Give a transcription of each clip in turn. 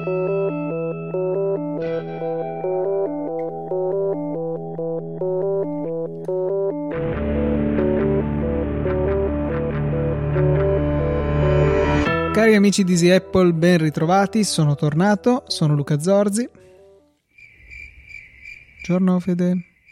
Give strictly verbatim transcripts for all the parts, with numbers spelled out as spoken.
Cari amici di Easy Apple, ben ritrovati, sono tornato, sono Luca Zorzi. Buongiorno Fede.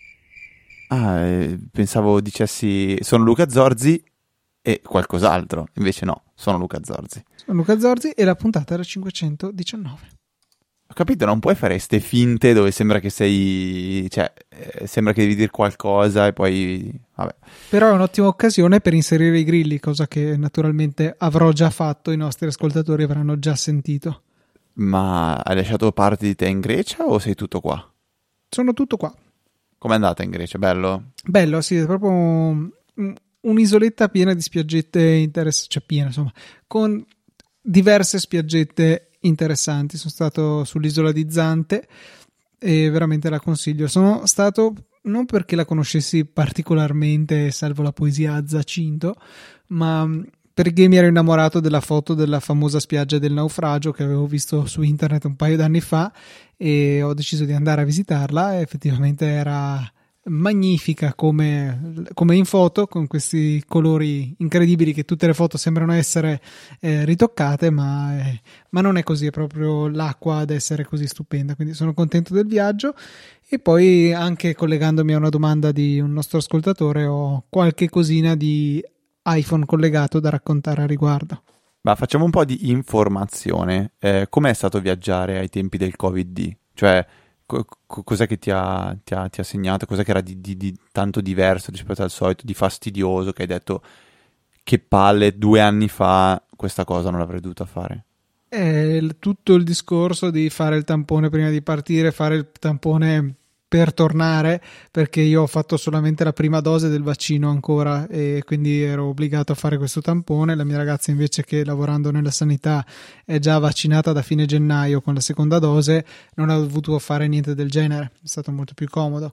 Ah, eh, pensavo dicessi sono Luca Zorzi e qualcos'altro, invece no, sono Luca Zorzi. Sono Luca Zorzi e la puntata era cinquecentodiciannove. Ho capito, non puoi fare ste finte dove sembra che sei, cioè, eh, sembra che devi dire qualcosa e poi, vabbè. Però è un'ottima occasione per inserire i grilli, cosa che naturalmente avrò già fatto, i nostri ascoltatori avranno già sentito. Ma hai lasciato parte di te in Grecia o sei tutto qua? Sono tutto qua. Com'è andata in Grecia? Bello? Bello, sì, è proprio un- un'isoletta piena di spiaggette interessanti, cioè piena, insomma, con diverse spiaggette interessanti. Sono stato sull'isola di Zante e veramente la consiglio. Sono stato non perché la conoscessi particolarmente, salvo la poesia a Zacinto, ma perché mi ero innamorato della foto della famosa spiaggia del naufragio che avevo visto su internet un paio d'anni fa e ho deciso di andare a visitarla e effettivamente era magnifica come, come in foto, con questi colori incredibili che tutte le foto sembrano essere eh, ritoccate, ma, eh, ma non è così, è proprio l'acqua ad essere così stupenda, quindi sono contento del viaggio. E poi, anche collegandomi a una domanda di un nostro ascoltatore, ho qualche cosina di iPhone collegato da raccontare a riguardo. Ma facciamo un po' di informazione. Eh, com'è stato viaggiare ai tempi del Covid? Cioè, co- co- cos'è che ti ha, ti ha, ti ha segnato? Cos'è che era di, di- di tanto diverso rispetto al solito, di fastidioso, che hai detto che palle, due anni fa questa cosa non l'avrei dovuta fare? È il- tutto il discorso di fare il tampone prima di partire, fare il tampone per tornare, perché io ho fatto solamente la prima dose del vaccino ancora e quindi ero obbligato a fare questo tampone. La mia ragazza invece, che lavorando nella sanità è già vaccinata da fine gennaio con la seconda dose, non ha dovuto fare niente del genere, è stato molto più comodo.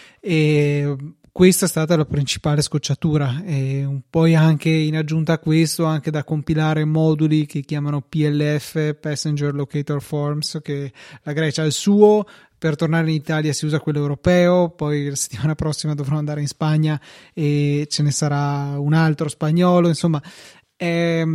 E questa è stata la principale scocciatura, e un poi anche in aggiunta a questo anche da compilare moduli che chiamano P L F, Passenger Locator Forms, che la Grecia ha il suo, per tornare in Italia si usa quello europeo, poi la settimana prossima dovrò andare in Spagna e ce ne sarà un altro spagnolo, insomma è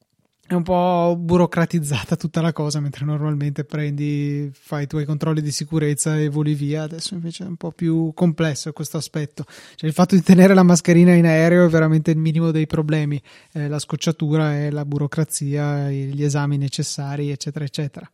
è un po' burocratizzata tutta la cosa, mentre normalmente prendi, fai i tuoi controlli di sicurezza e voli via. Adesso invece è un po' più complesso questo aspetto, cioè il fatto di tenere la mascherina in aereo è veramente il minimo dei problemi, eh, la scocciatura è la burocrazia, gli esami necessari, eccetera eccetera.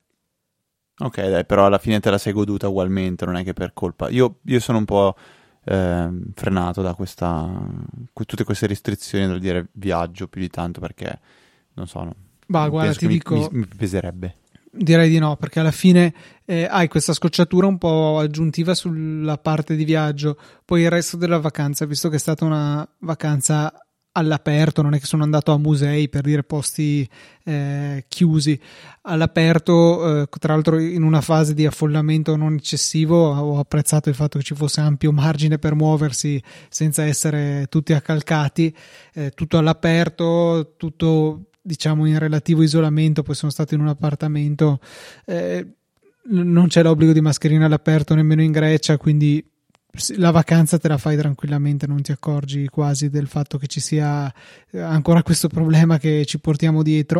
Ok, dai, però alla fine te la sei goduta ugualmente, non è che per colpa. Io, io sono un po' ehm, frenato da questa, tutte queste restrizioni dal dire viaggio più di tanto, perché non so, no, Bah, guarda, penso ti che mi, dico, mi, mi peserebbe. direi di no, perché alla fine eh, hai questa scocciatura un po' aggiuntiva sulla parte di viaggio, poi il resto della vacanza, visto che è stata una vacanza all'aperto, non è che sono andato a musei, per dire, posti eh, chiusi, all'aperto, eh, tra l'altro in una fase di affollamento non eccessivo, ho apprezzato il fatto che ci fosse ampio margine per muoversi senza essere tutti accalcati, eh, tutto all'aperto, tutto diciamo in relativo isolamento. Poi sono stato in un appartamento, eh, non c'è l'obbligo di mascherina all'aperto nemmeno in Grecia, quindi la vacanza te la fai tranquillamente, non ti accorgi quasi del fatto che ci sia ancora questo problema che ci portiamo dietro.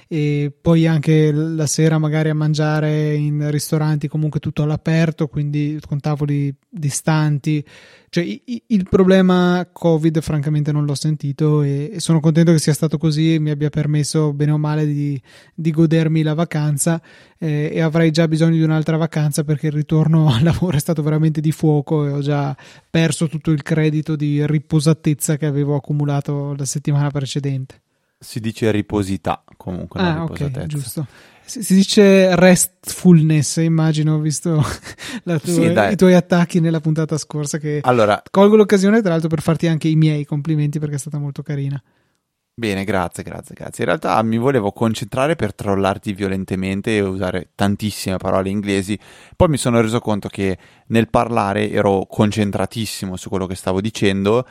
E poi anche la sera magari a mangiare in ristoranti comunque tutto all'aperto, quindi con tavoli distanti, cioè il problema Covid francamente non l'ho sentito e sono contento che sia stato così e mi abbia permesso bene o male di, di godermi la vacanza, eh, e avrei già bisogno di un'altra vacanza perché il ritorno al lavoro è stato veramente di fuoco e ho già perso tutto il credito di riposatezza che avevo accumulato la settimana precedente. Si dice riposità comunque, non Ah, riposatezza. ok, giusto. Si, si dice restfulness, immagino, visto la tua, Sì, dai. i tuoi attacchi nella puntata scorsa, che Allora, colgo l'occasione tra l'altro per farti anche i miei complimenti perché è stata molto carina. bene, grazie, grazie, grazie. In realtà mi volevo concentrare per trollarti violentemente e usare tantissime parole inglesi, poi mi sono reso conto che nel parlare ero concentratissimo su quello che stavo dicendo,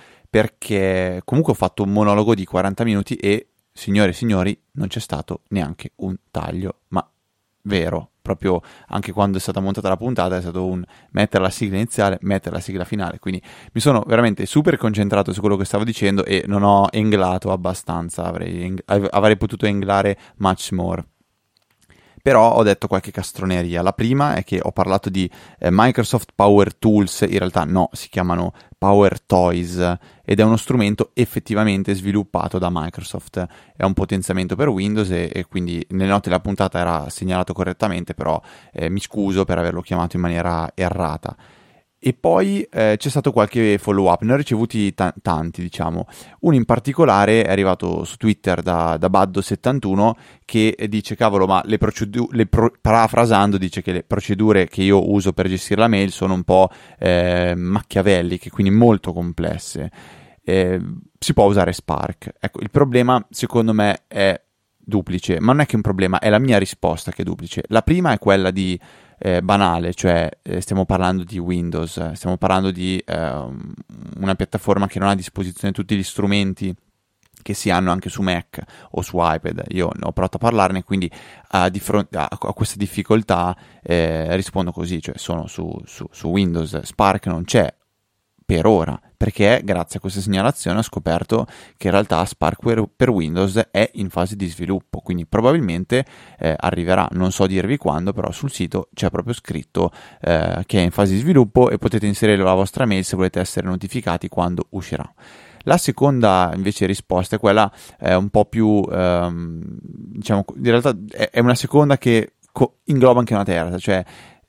perché comunque ho fatto un monologo di quaranta minuti e, signore e signori, non c'è stato neanche un taglio, ma vero, proprio anche quando è stata montata la puntata è stato un mettere la sigla iniziale, mettere la sigla finale, quindi mi sono veramente super concentrato su quello che stavo dicendo e non ho englato abbastanza, avrei, avrei potuto englare much more. Però ho detto qualche castroneria. La prima è che ho parlato di eh, Microsoft Power Tools, in realtà no, si chiamano Power Toys ed è uno strumento effettivamente sviluppato da Microsoft. È un potenziamento per Windows e, e quindi nelle note della puntata era segnalato correttamente, però eh, mi scuso per averlo chiamato in maniera errata. E poi eh, c'è stato qualche follow up, ne ho ricevuti t- tanti diciamo, uno in particolare è arrivato su Twitter da, da Baddo settantuno che dice cavolo ma le procedure, pro- parafrasando dice che le procedure che io uso per gestire la mail sono un po' eh, macchiavelliche, quindi molto complesse, eh, si può usare Spark. Ecco, il problema secondo me è duplice, ma non è che è un problema, è la mia risposta che è duplice. La prima è quella di Eh, banale, cioè eh, stiamo parlando di Windows, stiamo parlando di eh, una piattaforma che non ha a disposizione tutti gli strumenti che si hanno anche su Mac o su iPad. Io ne ho provato a parlarne, quindi uh, di fronte a, a questa difficoltà eh, rispondo così, cioè sono su, su, su Windows, Spark non c'è per ora, perché grazie a questa segnalazione ho scoperto che in realtà Spark per, per Windows è in fase di sviluppo, quindi probabilmente eh, arriverà, non so dirvi quando, però sul sito c'è proprio scritto eh, che è in fase di sviluppo e potete inserire la vostra mail se volete essere notificati quando uscirà. La seconda invece risposta è quella eh, un po' più, ehm, diciamo, in realtà è, è una seconda che co- ingloba anche una terza, cioè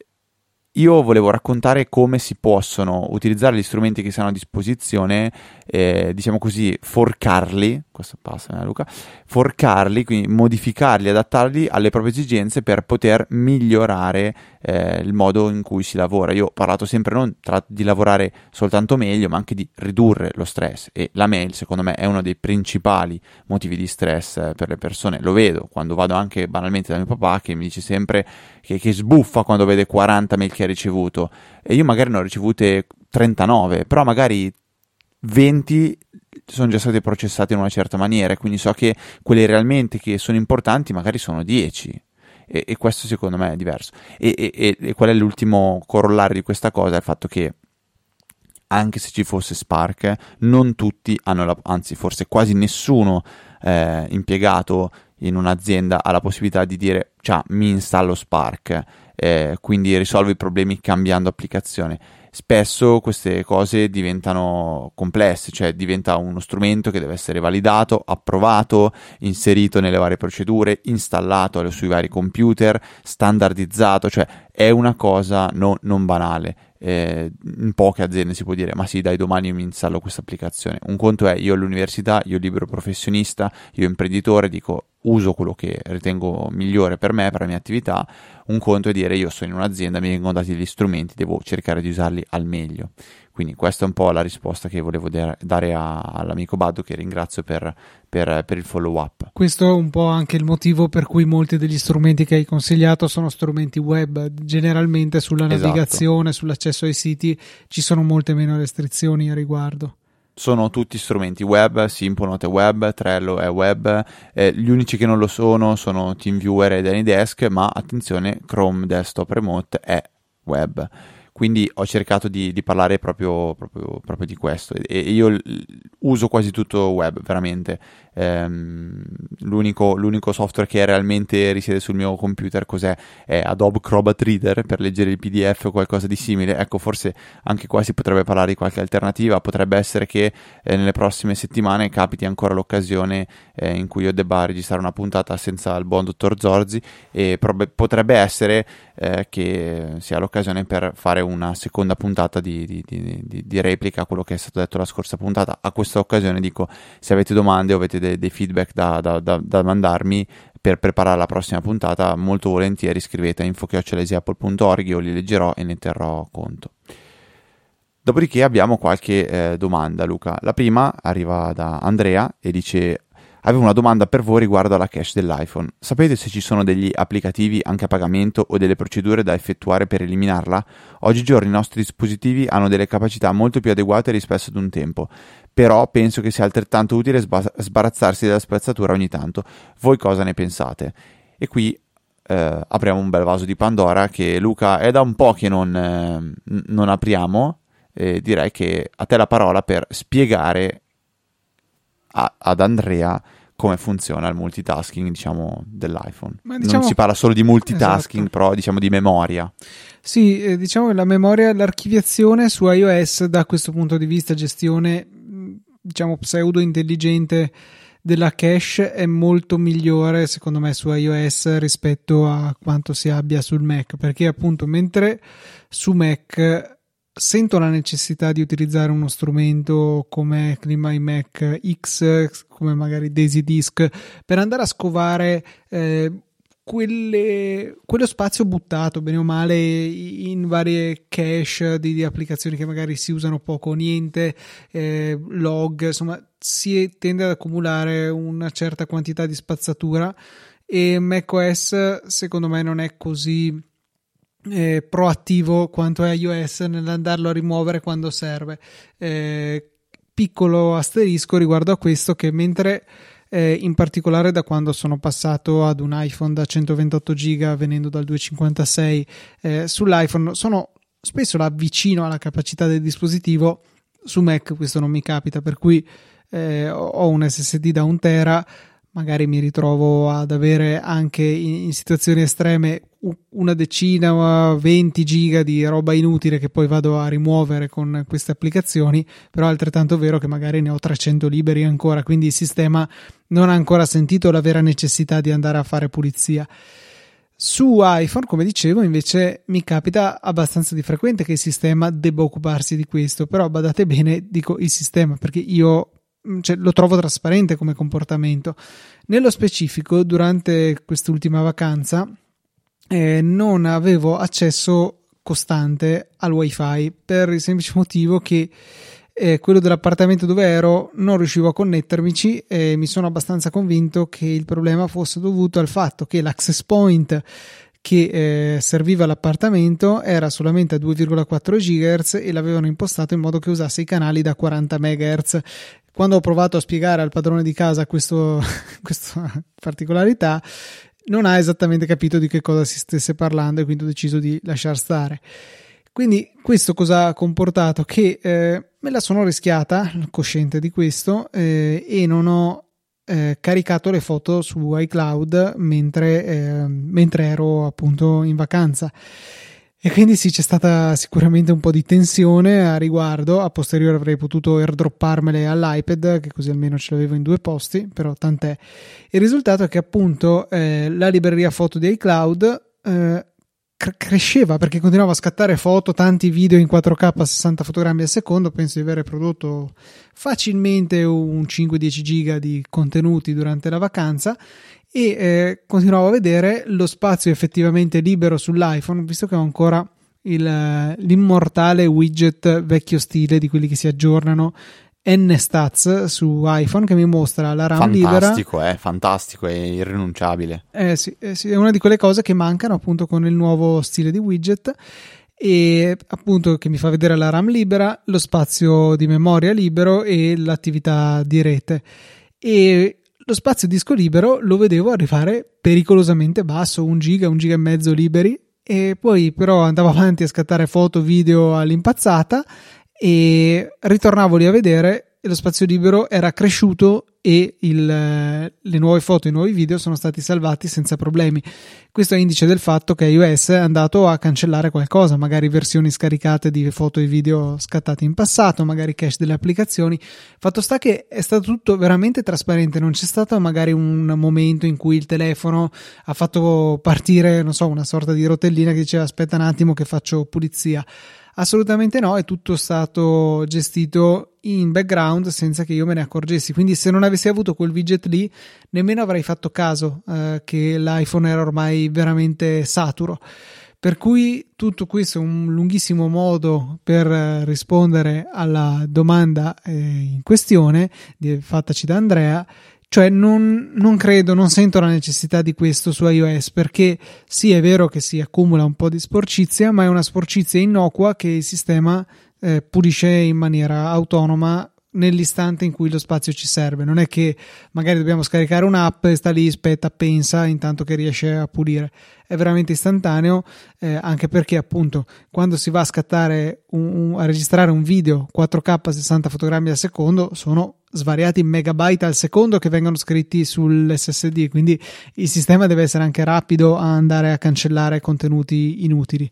io volevo raccontare come si possono utilizzare gli strumenti che si hanno a disposizione, eh, diciamo così, forcarli, questo passa eh, Luca, forcarli, quindi modificarli, adattarli alle proprie esigenze per poter migliorare eh, il modo in cui si lavora. Io ho parlato sempre non tra di lavorare soltanto meglio, ma anche di ridurre lo stress, e la mail secondo me è uno dei principali motivi di stress eh, per le persone. Lo vedo quando vado anche banalmente da mio papà che mi dice sempre che, che sbuffa quando vede quaranta mail che ha ricevuto, e io magari ne ho ricevute trentanove, però magari venti sono già state processate in una certa maniera, quindi so che quelle realmente che sono importanti magari sono dieci, e, e questo secondo me è diverso. E, e, e qual è l'ultimo corollario di questa cosa? È il fatto che anche se ci fosse Spark, non tutti hanno, la, anzi forse quasi nessuno eh, impiegato in un'azienda ha la possibilità di dire ciao, mi installo Spark, eh, quindi risolvo i problemi cambiando applicazione. Spesso queste cose diventano complesse, cioè diventa uno strumento che deve essere validato, approvato, inserito nelle varie procedure, installato sui vari computer, standardizzato, cioè è una cosa no, non banale. Eh, in poche aziende si può dire ma sì dai, domani io mi installo questa applicazione. Un conto è io all'università, io libero professionista, io imprenditore, dico uso quello che ritengo migliore per me, per la mia attività. Un conto è dire io sono in un'azienda, mi vengono dati degli strumenti, devo cercare di usarli al meglio. Quindi questa è un po' la risposta che volevo de- dare a- all'amico Baddo, che ringrazio per, per, per il follow up. Questo è un po' anche il motivo per cui molti degli strumenti che hai consigliato sono strumenti web. Generalmente sulla navigazione, esatto, sull'accesso ai siti ci sono molte meno restrizioni a riguardo. Sono tutti strumenti web, Simple è web, Trello è web, eh, gli unici che non lo sono sono TeamViewer ed AnyDesk, ma attenzione, Chrome Desktop Remote è web. Quindi ho cercato di, di parlare proprio, proprio, proprio di questo, e, e io l- uso quasi tutto web, veramente. Ehm, l'unico, l'unico software che realmente risiede sul mio computer cos'è? È Adobe Acrobat Reader per leggere il P D F o qualcosa di simile. Ecco, forse anche qua si potrebbe parlare di qualche alternativa. Potrebbe essere che eh, nelle prossime settimane capiti ancora l'occasione eh, in cui io debba registrare una puntata senza il buon dottor Zorzi, e prob- potrebbe essere eh, che sia l'occasione per fare una seconda puntata di, di, di, di, di replica a quello che è stato detto la scorsa puntata. A questa occasione dico, se avete domande o avete dei, dei feedback da, da, da, da mandarmi per preparare la prossima puntata, molto volentieri scrivete a info chiocciola easy apple punto org, io li leggerò e ne terrò conto. Dopodiché abbiamo qualche eh, domanda, Luca. La prima arriva da Andrea e dice: avevo una domanda per voi riguardo alla cache dell'iPhone. Sapete se ci sono degli applicativi anche a pagamento o delle procedure da effettuare per eliminarla? Oggigiorno i nostri dispositivi hanno delle capacità molto più adeguate rispetto ad un tempo, però penso che sia altrettanto utile sba- sbarazzarsi della spazzatura ogni tanto. Voi cosa ne pensate? E qui eh, apriamo un bel vaso di Pandora che Luca è da un po' che non, eh, non apriamo, e direi che a te la parola per spiegare a, ad Andrea come funziona il multitasking, diciamo, dell'iPhone. Ma diciamo, non si parla solo di multitasking, esatto. però diciamo di memoria. Sì, eh, diciamo che la memoria, l'archiviazione su iOS da questo punto di vista, gestione diciamo pseudo intelligente della cache, è molto migliore secondo me su iOS rispetto a quanto si abbia sul Mac, perché appunto mentre su Mac sento la necessità di utilizzare uno strumento come CleanMyMac X, come magari Daisy Disk, per andare a scovare eh, quelle, quello spazio buttato bene o male in varie cache di, di applicazioni che magari si usano poco o niente, eh, log, insomma si tende ad accumulare una certa quantità di spazzatura, e macOS secondo me non è così eh, proattivo quanto è iOS nell'andarlo a rimuovere quando serve. Eh, piccolo asterisco riguardo a questo, che mentre eh, in particolare da quando sono passato ad un iPhone da centoventotto giga venendo dal duecentocinquantasei, eh, sull'iPhone sono spesso là vicino alla capacità del dispositivo, su Mac questo non mi capita, per cui eh, ho un S S D da un tera, magari mi ritrovo ad avere anche in, in situazioni estreme una decina, venti giga di roba inutile che poi vado a rimuovere con queste applicazioni, però è altrettanto vero che magari ne ho trecento liberi ancora, quindi il sistema non ha ancora sentito la vera necessità di andare a fare pulizia. Su iPhone, come dicevo, invece mi capita abbastanza di frequente che il sistema debba occuparsi di questo, però badate bene, dico il sistema perché io cioè, lo trovo trasparente come comportamento. Nello specifico, durante quest'ultima vacanza eh, non avevo accesso costante al wifi per il semplice motivo che eh, quello dell'appartamento dove ero non riuscivo a connettermici, e mi sono abbastanza convinto che il problema fosse dovuto al fatto che l'access point che eh, serviva all'appartamento era solamente a due virgola quattro gigahertz e l'avevano impostato in modo che usasse i canali da quaranta megahertz. Quando ho provato a spiegare al padrone di casa questo, questa particolarità, non ha esattamente capito di che cosa si stesse parlando, e quindi ho deciso di lasciar stare. Quindi questo cosa ha comportato? Che eh, me la sono rischiata, cosciente di questo, eh, e non ho eh, caricato le foto su iCloud mentre, eh, mentre ero appunto in vacanza. E quindi sì, c'è stata sicuramente un po' di tensione a riguardo. A posteriore avrei potuto airdropparmele all'iPad, che così almeno ce l'avevo in due posti, però tant'è. Il risultato è che appunto eh, la libreria foto di iCloud eh, cre- cresceva, perché continuava a scattare foto, tanti video in quattro K a sessanta fotogrammi al secondo. Penso di aver prodotto facilmente un cinque dieci giga di contenuti durante la vacanza, e eh, continuavo a vedere lo spazio effettivamente libero sull'iPhone, visto che ho ancora il, l'immortale widget vecchio stile di quelli che si aggiornano, N-Stats su iPhone, che mi mostra la RAM fantastico, libera. Fantastico, eh, fantastico, è irrinunciabile. Eh sì, eh sì, è una di quelle cose che mancano appunto con il nuovo stile di widget, e appunto che mi fa vedere la RAM libera, lo spazio di memoria libero e l'attività di rete. E lo spazio disco libero lo vedevo arrivare pericolosamente basso, un giga, un giga e mezzo liberi, e poi però andavo avanti a scattare foto, video all'impazzata, e ritornavo lì a vedere e lo spazio libero era cresciuto e il, le nuove foto e i nuovi video sono stati salvati senza problemi. Questo è indice del fatto che iOS è andato a cancellare qualcosa, magari versioni scaricate di foto e video scattati in passato, magari cache delle applicazioni. Fatto sta che è stato tutto veramente trasparente, non c'è stato magari un momento in cui il telefono ha fatto partire, non so, una sorta di rotellina che diceva aspetta un attimo che faccio pulizia. Assolutamente no, è tutto stato gestito in background senza che io me ne accorgessi, quindi se non avessi avuto quel widget lì nemmeno avrei fatto caso eh, che l'iPhone era ormai veramente saturo. Per cui tutto questo è un lunghissimo modo per eh, rispondere alla domanda eh, in questione di, fattaci da Andrea. Cioè non, non credo, non sento la necessità di questo su iOS, perché sì, è vero che si accumula un po' di sporcizia, ma è una sporcizia innocua che il sistema eh, pulisce in maniera autonoma nell'istante in cui lo spazio ci serve. Non è che magari dobbiamo scaricare un'app e sta lì, aspetta, pensa intanto che riesce a pulire. È veramente istantaneo, eh, anche perché appunto quando si va a scattare un, un, a registrare un video quattro K sessanta fotogrammi al secondo sono svariati megabyte al secondo che vengono scritti sull'esse esse di, quindi il sistema deve essere anche rapido a andare a cancellare contenuti inutili.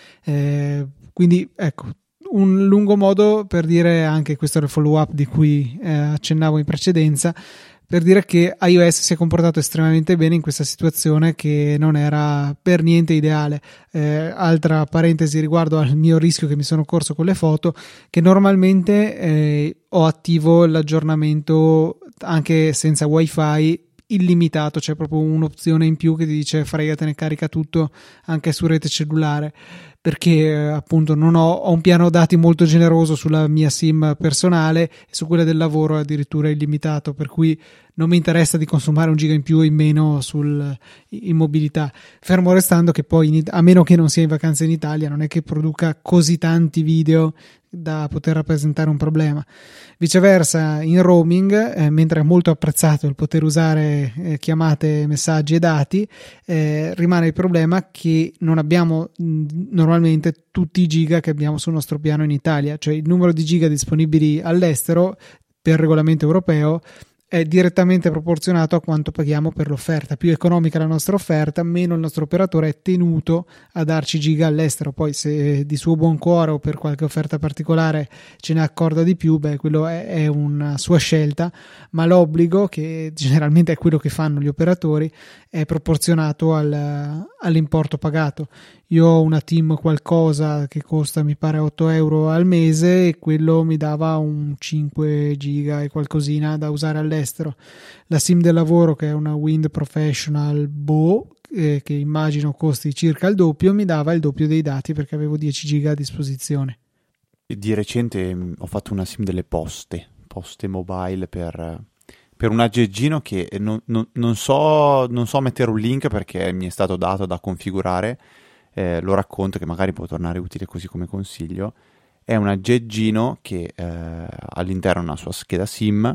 Eh, quindi ecco, un lungo modo per dire, anche questo è il follow up di cui eh, accennavo in precedenza, per dire che iOS si è comportato estremamente bene in questa situazione che non era per niente ideale. Eh, altra parentesi riguardo al mio rischio che mi sono corso con le foto, che normalmente eh, ho attivo l'aggiornamento anche senza wifi illimitato, c'è proprio un'opzione in più che ti dice fregatene, carica tutto anche su rete cellulare, perché eh, appunto non ho, ho un piano dati molto generoso sulla mia SIM personale e su quella del lavoro addirittura illimitato, per cui non mi interessa di consumare un giga in più o in meno sul, in mobilità, fermo restando che poi in, a meno che non sia in vacanza in Italia non è che produca così tanti video da poter rappresentare un problema. Viceversa in roaming, eh, mentre è molto apprezzato il poter usare eh, chiamate, messaggi e dati, eh, rimane il problema che non abbiamo mh, normalmente tutti i giga che abbiamo sul nostro piano in Italia, cioè il numero di giga disponibili all'estero per regolamento europeo è direttamente proporzionato a quanto paghiamo per l'offerta. Più economica la nostra offerta, meno il nostro operatore è tenuto a darci giga all'estero. Poi se di suo buon cuore o per qualche offerta particolare ce ne accorda di più, beh, quello è, è una sua scelta, ma l'obbligo, che generalmente è quello che fanno gli operatori, è proporzionato al, all'importo pagato. Io ho una team qualcosa che costa mi pare otto euro al mese e quello mi dava un cinque giga e qualcosina da usare all'estero. La SIM del lavoro, che è una Wind Professional Bow, eh, che immagino costi circa il doppio, mi dava il doppio dei dati perché avevo dieci giga a disposizione. Di recente mh, ho fatto una SIM delle poste, poste mobile per, per un aggeggino che non, non, non so, non so mettere un link perché mi è stato dato da configurare. Eh, lo racconto che magari può tornare utile così come consiglio. È un aggeggino che eh, all'interno ha una sua scheda SIM,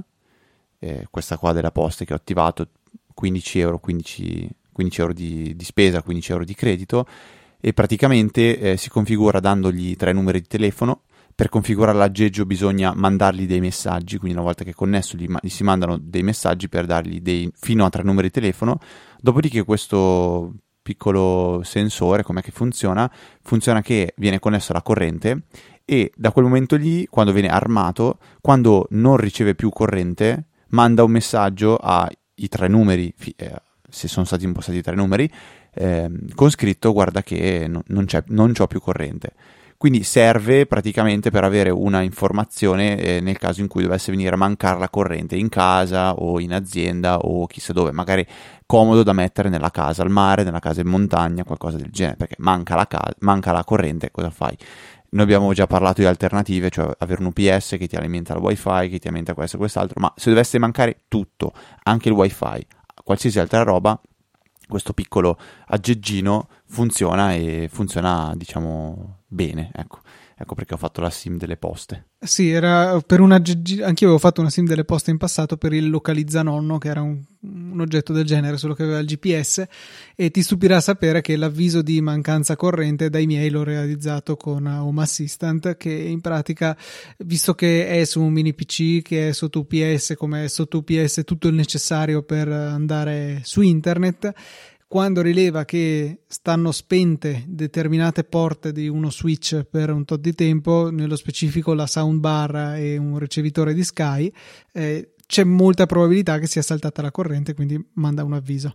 eh, questa qua della Poste che ho attivato, quindici euro, quindici, quindici euro di, di spesa, quindici euro di credito, e praticamente eh, si configura dandogli tre numeri di telefono. Per configurare l'aggeggio bisogna mandargli dei messaggi, quindi una volta che è connesso gli, gli si mandano dei messaggi per dargli dei, fino a tre numeri di telefono. Dopodiché questo piccolo sensore, com'è che funziona? Funziona che viene connesso alla corrente e da quel momento lì, quando viene armato, quando non riceve più corrente, manda un messaggio ai tre numeri, eh, se sono stati impostati tre numeri, eh, con scritto guarda che non, non c'è, non c'ho più corrente. Quindi serve praticamente per avere una informazione eh, nel caso in cui dovesse venire a mancare la corrente in casa o in azienda o chissà dove, magari comodo da mettere nella casa al mare, nella casa in montagna, qualcosa del genere, perché manca la, casa, manca la corrente, cosa fai? Noi abbiamo già parlato di alternative, cioè avere un U P S che ti alimenta il wifi, che ti alimenta questo e quest'altro, ma se dovesse mancare tutto, anche il wifi, qualsiasi altra roba, questo piccolo aggeggino funziona e funziona, diciamo, bene, ecco. Ecco perché ho fatto la SIM delle poste. Sì, era per un aggeggino, anch'io avevo fatto una SIM delle poste in passato per il localizza nonno, che era un, un oggetto del genere, solo che aveva il G P S, e ti stupirà sapere che l'avviso di mancanza corrente dai miei l'ho realizzato con Home Assistant, che in pratica, visto che è su un mini P C che è sotto U P S, come è sotto U P S tutto il necessario per andare su internet, quando rileva che stanno spente determinate porte di uno switch per un tot di tempo, nello specifico la soundbar e un ricevitore di Sky, eh, c'è molta probabilità che sia saltata la corrente, quindi manda un avviso,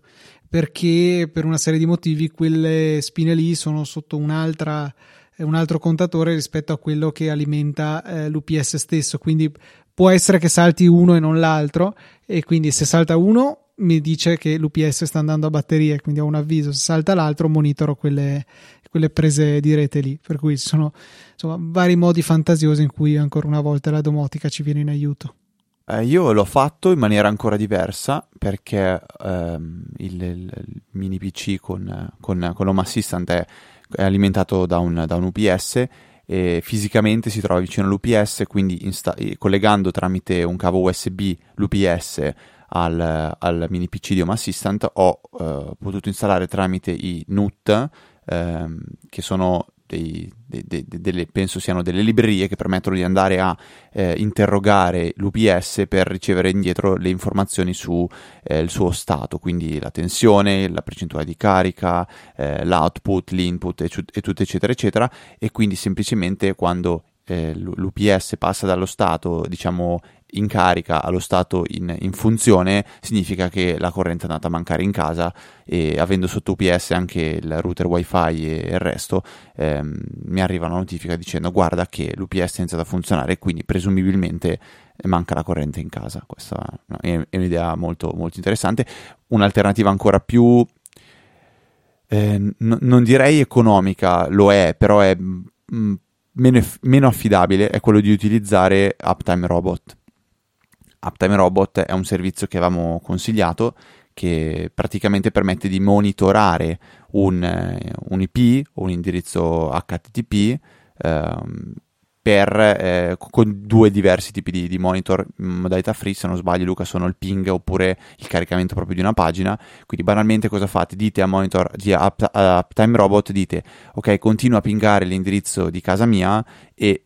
perché per una serie di motivi quelle spine lì sono sotto un'altra, un altro contatore rispetto a quello che alimenta eh, l'U P S stesso, quindi può essere che salti uno e non l'altro, e quindi se salta uno mi dice che l'U P S sta andando a batteria, quindi ho un avviso. Se salta l'altro monitoro quelle, quelle prese di rete lì, per cui ci sono insomma vari modi fantasiosi in cui ancora una volta la domotica ci viene in aiuto. Eh, io l'ho fatto in maniera ancora diversa perché ehm, il, il, il mini P C con, con, con Home Assistant è, è alimentato da un, da un U P S e fisicamente si trova vicino all'U P S, quindi insta- collegando tramite un cavo U S B l'U P S al, al mini P C di Home Assistant ho eh, potuto installare tramite i N U T, ehm, che sono dei, de, de, de, delle, penso siano delle librerie che permettono di andare a eh, interrogare l'U P S per ricevere indietro le informazioni su eh, il suo stato, quindi la tensione, la percentuale di carica, eh, l'output, l'input e, e tutto eccetera eccetera, e quindi semplicemente quando eh, l'U P S passa dallo stato, diciamo, in carica allo stato in, in funzione, significa che la corrente è andata a mancare in casa, e avendo sotto U P S anche il router wifi e il resto, ehm, mi arriva una notifica dicendo guarda che l'U P S è iniziato a funzionare, quindi presumibilmente manca la corrente in casa. Questa no, è, è un'idea molto, molto interessante. Un'alternativa ancora più eh, n- non direi economica, lo è, però è mh, meno, meno affidabile, è quello di utilizzare Uptime Robot. Uptime Robot è un servizio che avevamo consigliato, che praticamente permette di monitorare un, eh, un I P o un indirizzo H T T P ehm, per, eh, con due diversi tipi di, di monitor in modalità free. Se non sbaglio, Luca, sono il ping oppure il caricamento proprio di una pagina. Quindi banalmente cosa fate? Dite a monitor di Up, uh, Uptime Robot, dite ok, continua a pingare l'indirizzo di casa mia e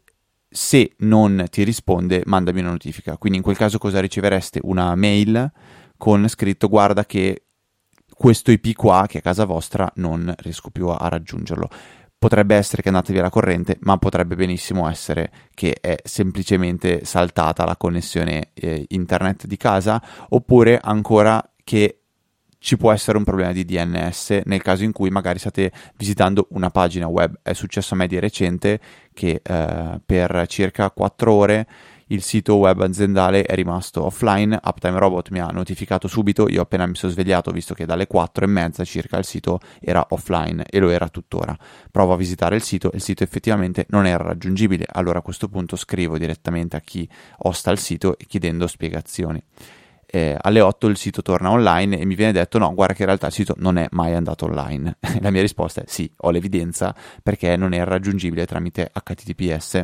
se non ti risponde mandami una notifica. Quindi in quel caso cosa ricevereste? Una mail con scritto guarda che questo I P qua che è a casa vostra non riesco più a, a raggiungerlo. Potrebbe essere che è andata via la corrente, ma potrebbe benissimo essere che è semplicemente saltata la connessione eh, internet di casa, oppure ancora che ci può essere un problema di D N S nel caso in cui magari state visitando una pagina web. È successo a me di recente che eh, per circa quattro ore il sito web aziendale è rimasto offline. Uptime Robot mi ha notificato subito, io appena mi sono svegliato ho visto che dalle quattro e mezza circa il sito era offline, e lo era tuttora. Provo a visitare il sito e il sito effettivamente non era raggiungibile. Allora a questo punto scrivo direttamente a chi hosta il sito chiedendo spiegazioni. Eh, alle otto il sito torna online e mi viene detto no, guarda che in realtà il sito non è mai andato online. La mia risposta è sì, ho l'evidenza, perché non è raggiungibile tramite H T T P S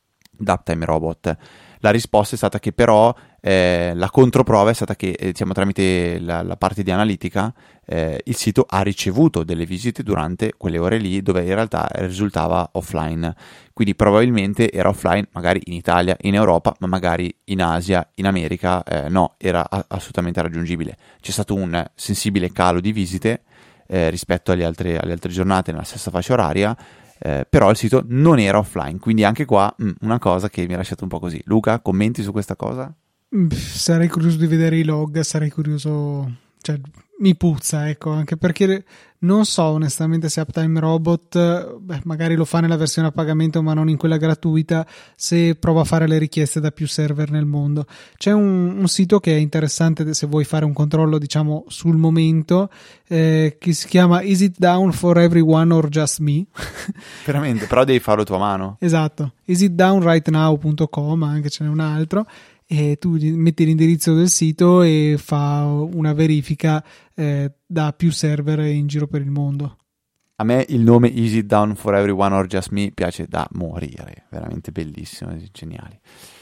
da Uptime Robot. La risposta è stata che però eh, la controprova è stata che eh, diciamo, tramite la, la parte di analitica eh, il sito ha ricevuto delle visite durante quelle ore lì dove in realtà risultava offline. Quindi probabilmente era offline magari in Italia, in Europa, ma magari in Asia, in America eh, no, era a- assolutamente raggiungibile. C'è stato un sensibile calo di visite eh, rispetto alle altre, alle altre giornate nella stessa fascia oraria. Eh, però il sito non era offline, quindi anche qua mh, una cosa che mi ha lasciato un po' così. Luca, commenti su questa cosa? Sarei curioso di vedere i log, sarei curioso, cioè mi puzza, ecco, anche perché non so onestamente se Uptime Robot, beh, magari lo fa nella versione a pagamento ma non in quella gratuita, se prova a fare le richieste da più server nel mondo. C'è un, un sito che è interessante se vuoi fare un controllo, diciamo, sul momento, eh, che si chiama Is It Down for Everyone or Just Me? Veramente, però devi farlo tu a mano. Esatto, isitdownrightnow punto com, anche ce n'è un altro, e tu metti l'indirizzo del sito e fa una verifica eh, da più server in giro per il mondo. A me il nome Is It Down for Everyone or Just Me piace da morire, veramente bellissimo, geniali.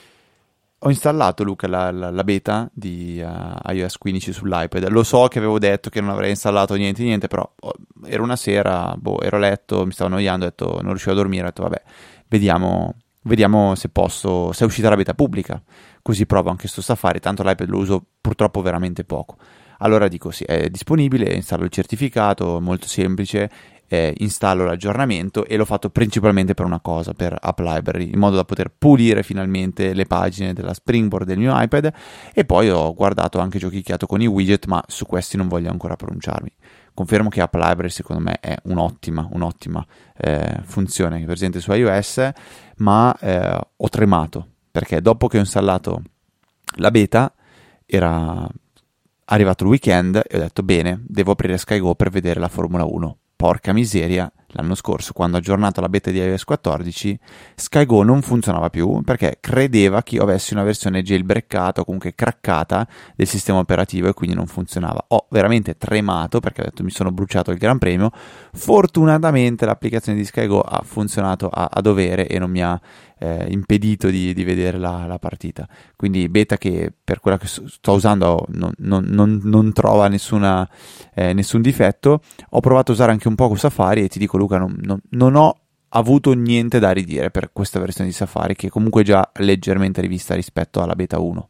Ho installato, Luca, la, la, la beta di uh, iOS quindici sull'iPad. Lo so che avevo detto che non avrei installato niente niente, però oh, era una sera, boh, ero a letto, mi stavo annoiando, ho detto, non riuscivo a dormire, ho detto vabbè, vediamo, vediamo se posso, se è uscita la beta pubblica, così provo anche sto Safari, tanto l'iPad lo uso purtroppo veramente poco. Allora dico sì, è disponibile, installo il certificato, molto semplice, eh, installo l'aggiornamento, e l'ho fatto principalmente per una cosa, per App Library, in modo da poter pulire finalmente le pagine della Springboard del mio iPad. E poi ho guardato anche, giochicchiato con i widget, ma su questi non voglio ancora pronunciarmi. Confermo che App Library secondo me è un'ottima, un'ottima eh, funzione che è presente su iOS, ma eh, ho tremato, perché dopo che ho installato la beta era arrivato il weekend e ho detto bene, devo aprire Sky Go per vedere la Formula uno. Porca miseria, l'anno scorso, quando ha aggiornato la beta di iOS quattordici, SkyGo non funzionava più perché credeva che io avessi una versione jailbreakata o comunque craccata del sistema operativo e quindi non funzionava. Ho veramente tremato perché ho detto mi sono bruciato il Gran Premio. Fortunatamente l'applicazione di SkyGo ha funzionato a, a dovere e non mi ha eh, impedito di, di vedere la, la partita. Quindi beta che per quella che sto usando non, non, non, non trova nessuna, eh, nessun difetto. Ho provato a usare anche un po' con Safari e ti dico Luca, non, non, non ho avuto niente da ridire per questa versione di Safari, che è comunque già leggermente rivista rispetto alla beta uno.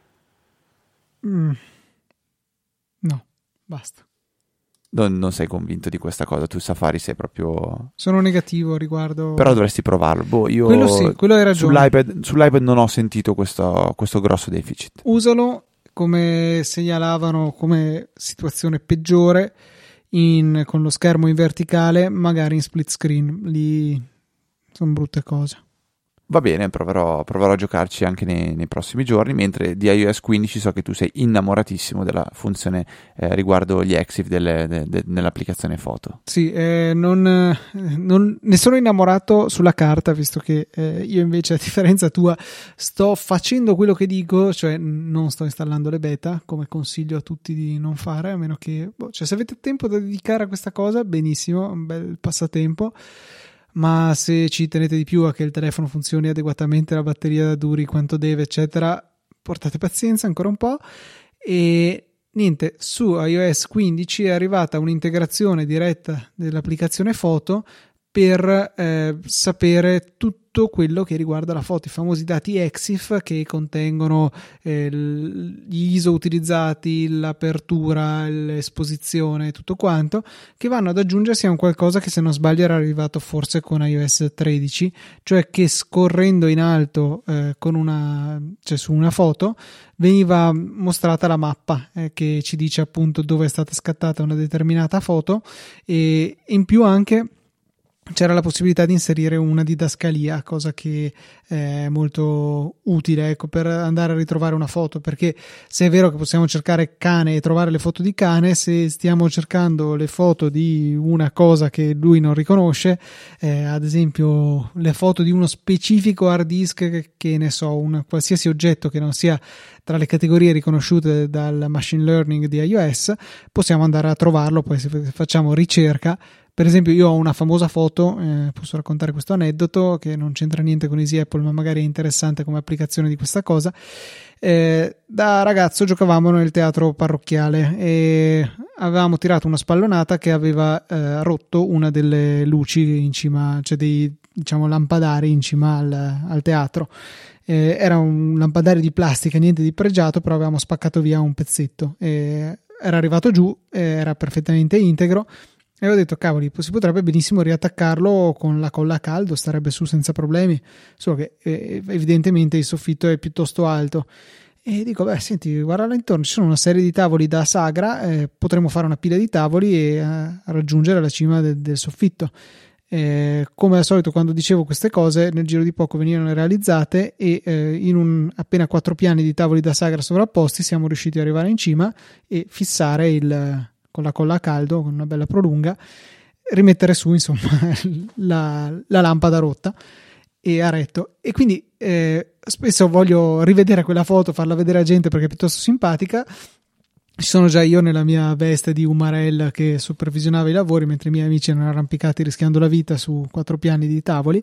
Mm. No, basta. Non, non sei convinto di questa cosa, tu Safari sei proprio... Sono negativo riguardo... Però dovresti provarlo. Boh, io quello sì, quello hai ragione. Sull'iPad, sull'iPad non ho sentito questo, questo grosso deficit. Usalo, come segnalavano, come situazione peggiore in, con lo schermo in verticale, magari in split screen. Lì sono brutte cose. Va bene, proverò, proverò a giocarci anche nei, nei prossimi giorni, mentre di iOS quindici so che tu sei innamoratissimo della funzione eh, riguardo gli EXIF delle, de, de, nell'applicazione foto. Sì, eh, non, non, ne sono innamorato sulla carta, visto che eh, io invece, a differenza tua, sto facendo quello che dico, cioè non sto installando le beta, come consiglio a tutti di non fare, a meno che... Boh, cioè, se avete tempo da dedicare a questa cosa, benissimo, un bel passatempo. Ma se ci tenete di più a che il telefono funzioni adeguatamente, la batteria duri quanto deve, eccetera, portate pazienza ancora un po'. E niente, su iOS quindici è arrivata un'integrazione diretta dell'applicazione foto per eh, sapere tutto quello che riguarda la foto, i famosi dati EXIF che contengono eh, gli I S O utilizzati, l'apertura, l'esposizione, tutto quanto, che vanno ad aggiungersi a un qualcosa che, se non sbaglio, era arrivato forse con iOS tredici, cioè che scorrendo in alto eh, con una, cioè su una foto veniva mostrata la mappa eh, che ci dice appunto dove è stata scattata una determinata foto, e in più anche c'era la possibilità di inserire una didascalia, cosa che è molto utile, ecco, per andare a ritrovare una foto, perché se è vero che possiamo cercare cane e trovare le foto di cane, se stiamo cercando le foto di una cosa che lui non riconosce, eh, ad esempio le foto di uno specifico hard disk, che, che ne so, un qualsiasi oggetto che non sia tra le categorie riconosciute dal machine learning di iOS, possiamo andare a trovarlo. Poi se facciamo ricerca, per esempio io ho una famosa foto, eh, posso raccontare questo aneddoto che non c'entra niente con Easy Apple, ma magari è interessante come applicazione di questa cosa. Eh, da ragazzo giocavamo nel teatro parrocchiale e avevamo tirato una spallonata che aveva eh, rotto una delle luci in cima, cioè dei, diciamo, lampadari in cima al, al teatro. Eh, era un lampadario di plastica, niente di pregiato, però avevamo spaccato via un pezzetto. Eh, era arrivato giù, eh, era perfettamente integro. E ho detto, cavoli, si potrebbe benissimo riattaccarlo con la colla a caldo, starebbe su senza problemi, solo che eh, evidentemente il soffitto è piuttosto alto. E dico, beh, senti, guarda là intorno, ci sono una serie di tavoli da sagra, eh, potremmo fare una pila di tavoli e eh, raggiungere la cima de- del soffitto. Eh, come al solito, quando dicevo queste cose, nel giro di poco venivano realizzate e eh, in un, appena quattro piani di tavoli da sagra sovrapposti siamo riusciti ad arrivare in cima e fissare il... con la colla a caldo, con una bella prolunga, rimettere su insomma la, la lampada rotta e a retto. E quindi eh, spesso voglio rivedere quella foto, farla vedere a gente perché è piuttosto simpatica. Ci sono già io nella mia veste di umarella che supervisionava i lavori mentre i miei amici erano arrampicati rischiando la vita su quattro piani di tavoli,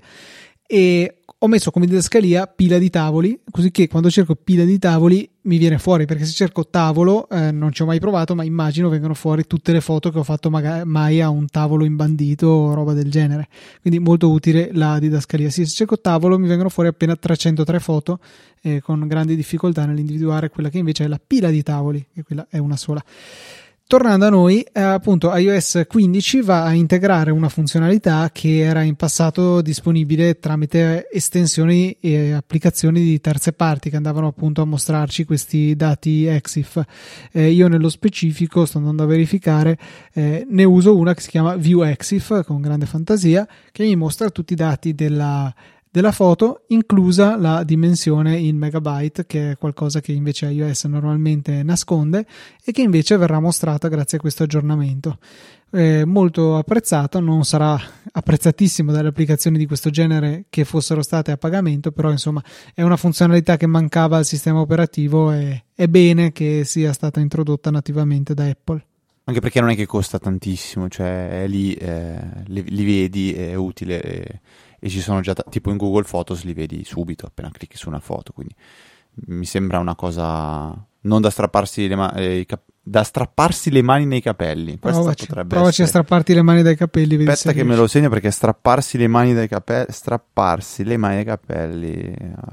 e ho messo come didascalia pila di tavoli, così che quando cerco pila di tavoli mi viene fuori, perché se cerco tavolo eh, non ci ho mai provato, ma immagino vengano fuori tutte le foto che ho fatto magari, mai a un tavolo imbandito o roba del genere. Quindi molto utile la didascalia. Sì, se cerco tavolo mi vengono fuori appena trecentotré foto, eh, con grandi difficoltà nell'individuare quella che invece è la pila di tavoli, e quella è una sola. Tornando a noi, eh, appunto iOS quindici va a integrare una funzionalità che era in passato disponibile tramite estensioni e applicazioni di terze parti che andavano appunto a mostrarci questi dati EXIF. Eh, io nello specifico, sto andando a verificare, eh, ne uso una che si chiama View EXIF con grande fantasia, che mi mostra tutti i dati della della foto, inclusa la dimensione in megabyte, che è qualcosa che invece iOS normalmente nasconde e che invece verrà mostrata grazie a questo aggiornamento. Eh, molto apprezzato, non sarà apprezzatissimo dalle applicazioni di questo genere che fossero state a pagamento, però insomma è una funzionalità che mancava al sistema operativo e è bene che sia stata introdotta nativamente da Apple. Anche perché non è che costa tantissimo, cioè è lì, eh, li, li vedi, è utile e, e ci sono già, t- tipo in Google Photos li vedi subito appena clicchi su una foto, quindi mi sembra una cosa non da strapparsi le, ma- eh, i cap- da strapparsi le mani nei capelli. Questa provaci, potrebbe provaci essere... a strapparti le mani dai capelli. Vedi Aspetta che me lo segno, perché strapparsi le mani dai capelli, strapparsi le mani dai capelli...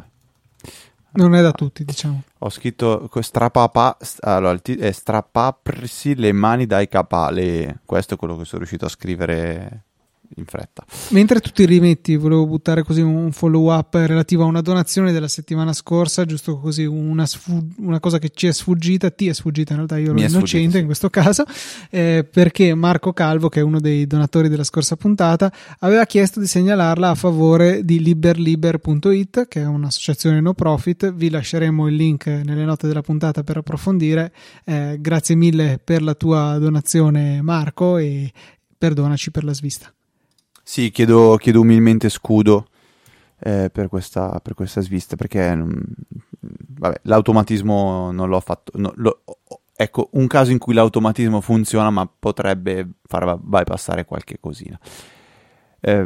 non è da tutti, diciamo. Ho scritto strapapa, allora, è strapparsi le mani dai capelli. Questo è quello che sono riuscito a scrivere in fretta. Mentre tu ti rimetti, volevo buttare così un follow up relativo a una donazione della settimana scorsa, giusto così una, sfug- una cosa che ci è sfuggita, ti è sfuggita in realtà, io ero innocente sì. in questo caso, eh, perché Marco Calvo, che è uno dei donatori della scorsa puntata, aveva chiesto di segnalarla a favore di liberliber punto it, che è un'associazione no profit. Vi lasceremo il link nelle note della puntata per approfondire. Eh, grazie mille per la tua donazione, Marco, e perdonaci per la svista. Sì, chiedo, chiedo umilmente scudo eh, per, questa, per questa svista, perché non, vabbè, l'automatismo non l'ho fatto. No, lo, ecco, un caso in cui l'automatismo funziona, ma potrebbe far bypassare qualche cosina. Eh,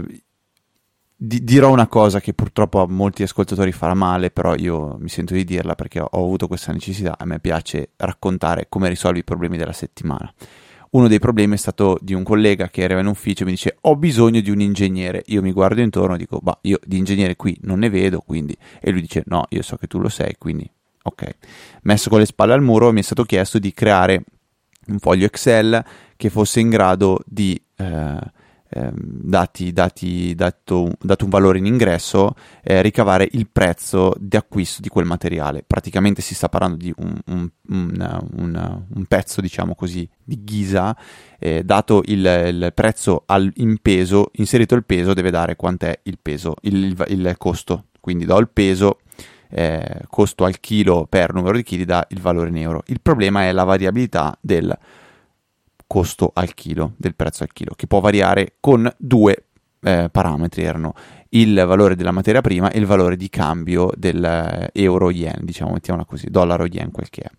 di, dirò una cosa che purtroppo a molti ascoltatori farà male, però io mi sento di dirla perché ho, ho avuto questa necessità. A me piace raccontare come risolvi i problemi della settimana. Uno dei problemi è stato di un collega che era in ufficio e mi dice: ho bisogno di un ingegnere. Io mi guardo intorno e dico: bah, io di ingegnere qui non ne vedo, quindi. E lui dice: no, io so che tu lo sei, quindi ok. Messo con le spalle al muro, mi è stato chiesto di creare un foglio Excel che fosse in grado di eh, eh, dati, dati, dato, dato un valore in ingresso, eh, ricavare il prezzo di acquisto di quel materiale. Praticamente si sta parlando di un, un, un, un, un pezzo, diciamo così, di ghisa, eh, dato il, il prezzo al, in peso, inserito il peso, deve dare quant'è il peso, il, il, il costo. Quindi do il peso, eh, costo al chilo per numero di chili, dà il valore in euro. Il problema è la variabilità del costo al chilo, del prezzo al chilo, che può variare con due eh, parametri, erano il valore della materia prima e il valore di cambio del euro yen, diciamo, mettiamola così, dollaro yen, quel che è.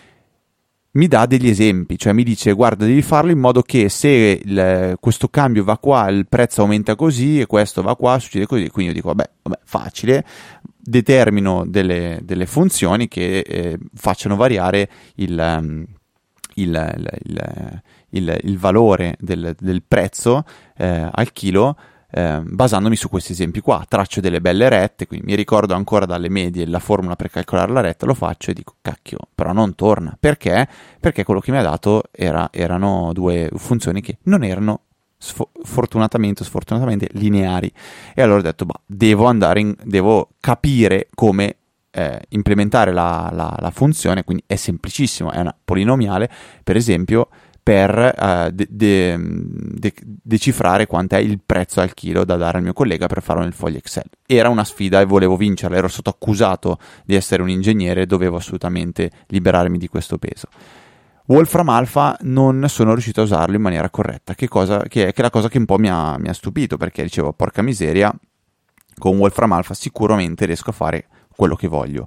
Mi dà degli esempi, cioè mi dice: guarda, devi farlo in modo che se il, questo cambio va qua, il prezzo aumenta così, e questo va qua, succede così. Quindi io dico: vabbè, vabbè facile, determino delle, delle funzioni che eh, facciano variare il, um, il, il, il, il, il valore del, del prezzo eh, al chilo, eh, basandomi su questi esempi qua. Traccio delle belle rette, quindi mi ricordo ancora dalle medie la formula per calcolare la retta, lo faccio e dico: cacchio, però non torna. Perché? Perché quello che mi ha dato era, erano due funzioni che non erano sf- fortunatamente o sfortunatamente lineari. E allora ho detto: bah, devo andare in, devo capire come eh, implementare la, la, la funzione. Quindi è semplicissimo, è una polinomiale, per esempio, per uh, de- de- de- decifrare quant'è il prezzo al chilo da dare al mio collega per farlo nel foglio Excel. Era una sfida e volevo vincerla, ero stato accusato di essere un ingegnere, dovevo assolutamente liberarmi di questo peso. Wolfram Alpha non sono riuscito a usarlo in maniera corretta, che, cosa, che è che è la cosa che un po' mi ha, mi ha stupito, perché dicevo: porca miseria, con Wolfram Alpha sicuramente riesco a fare quello che voglio.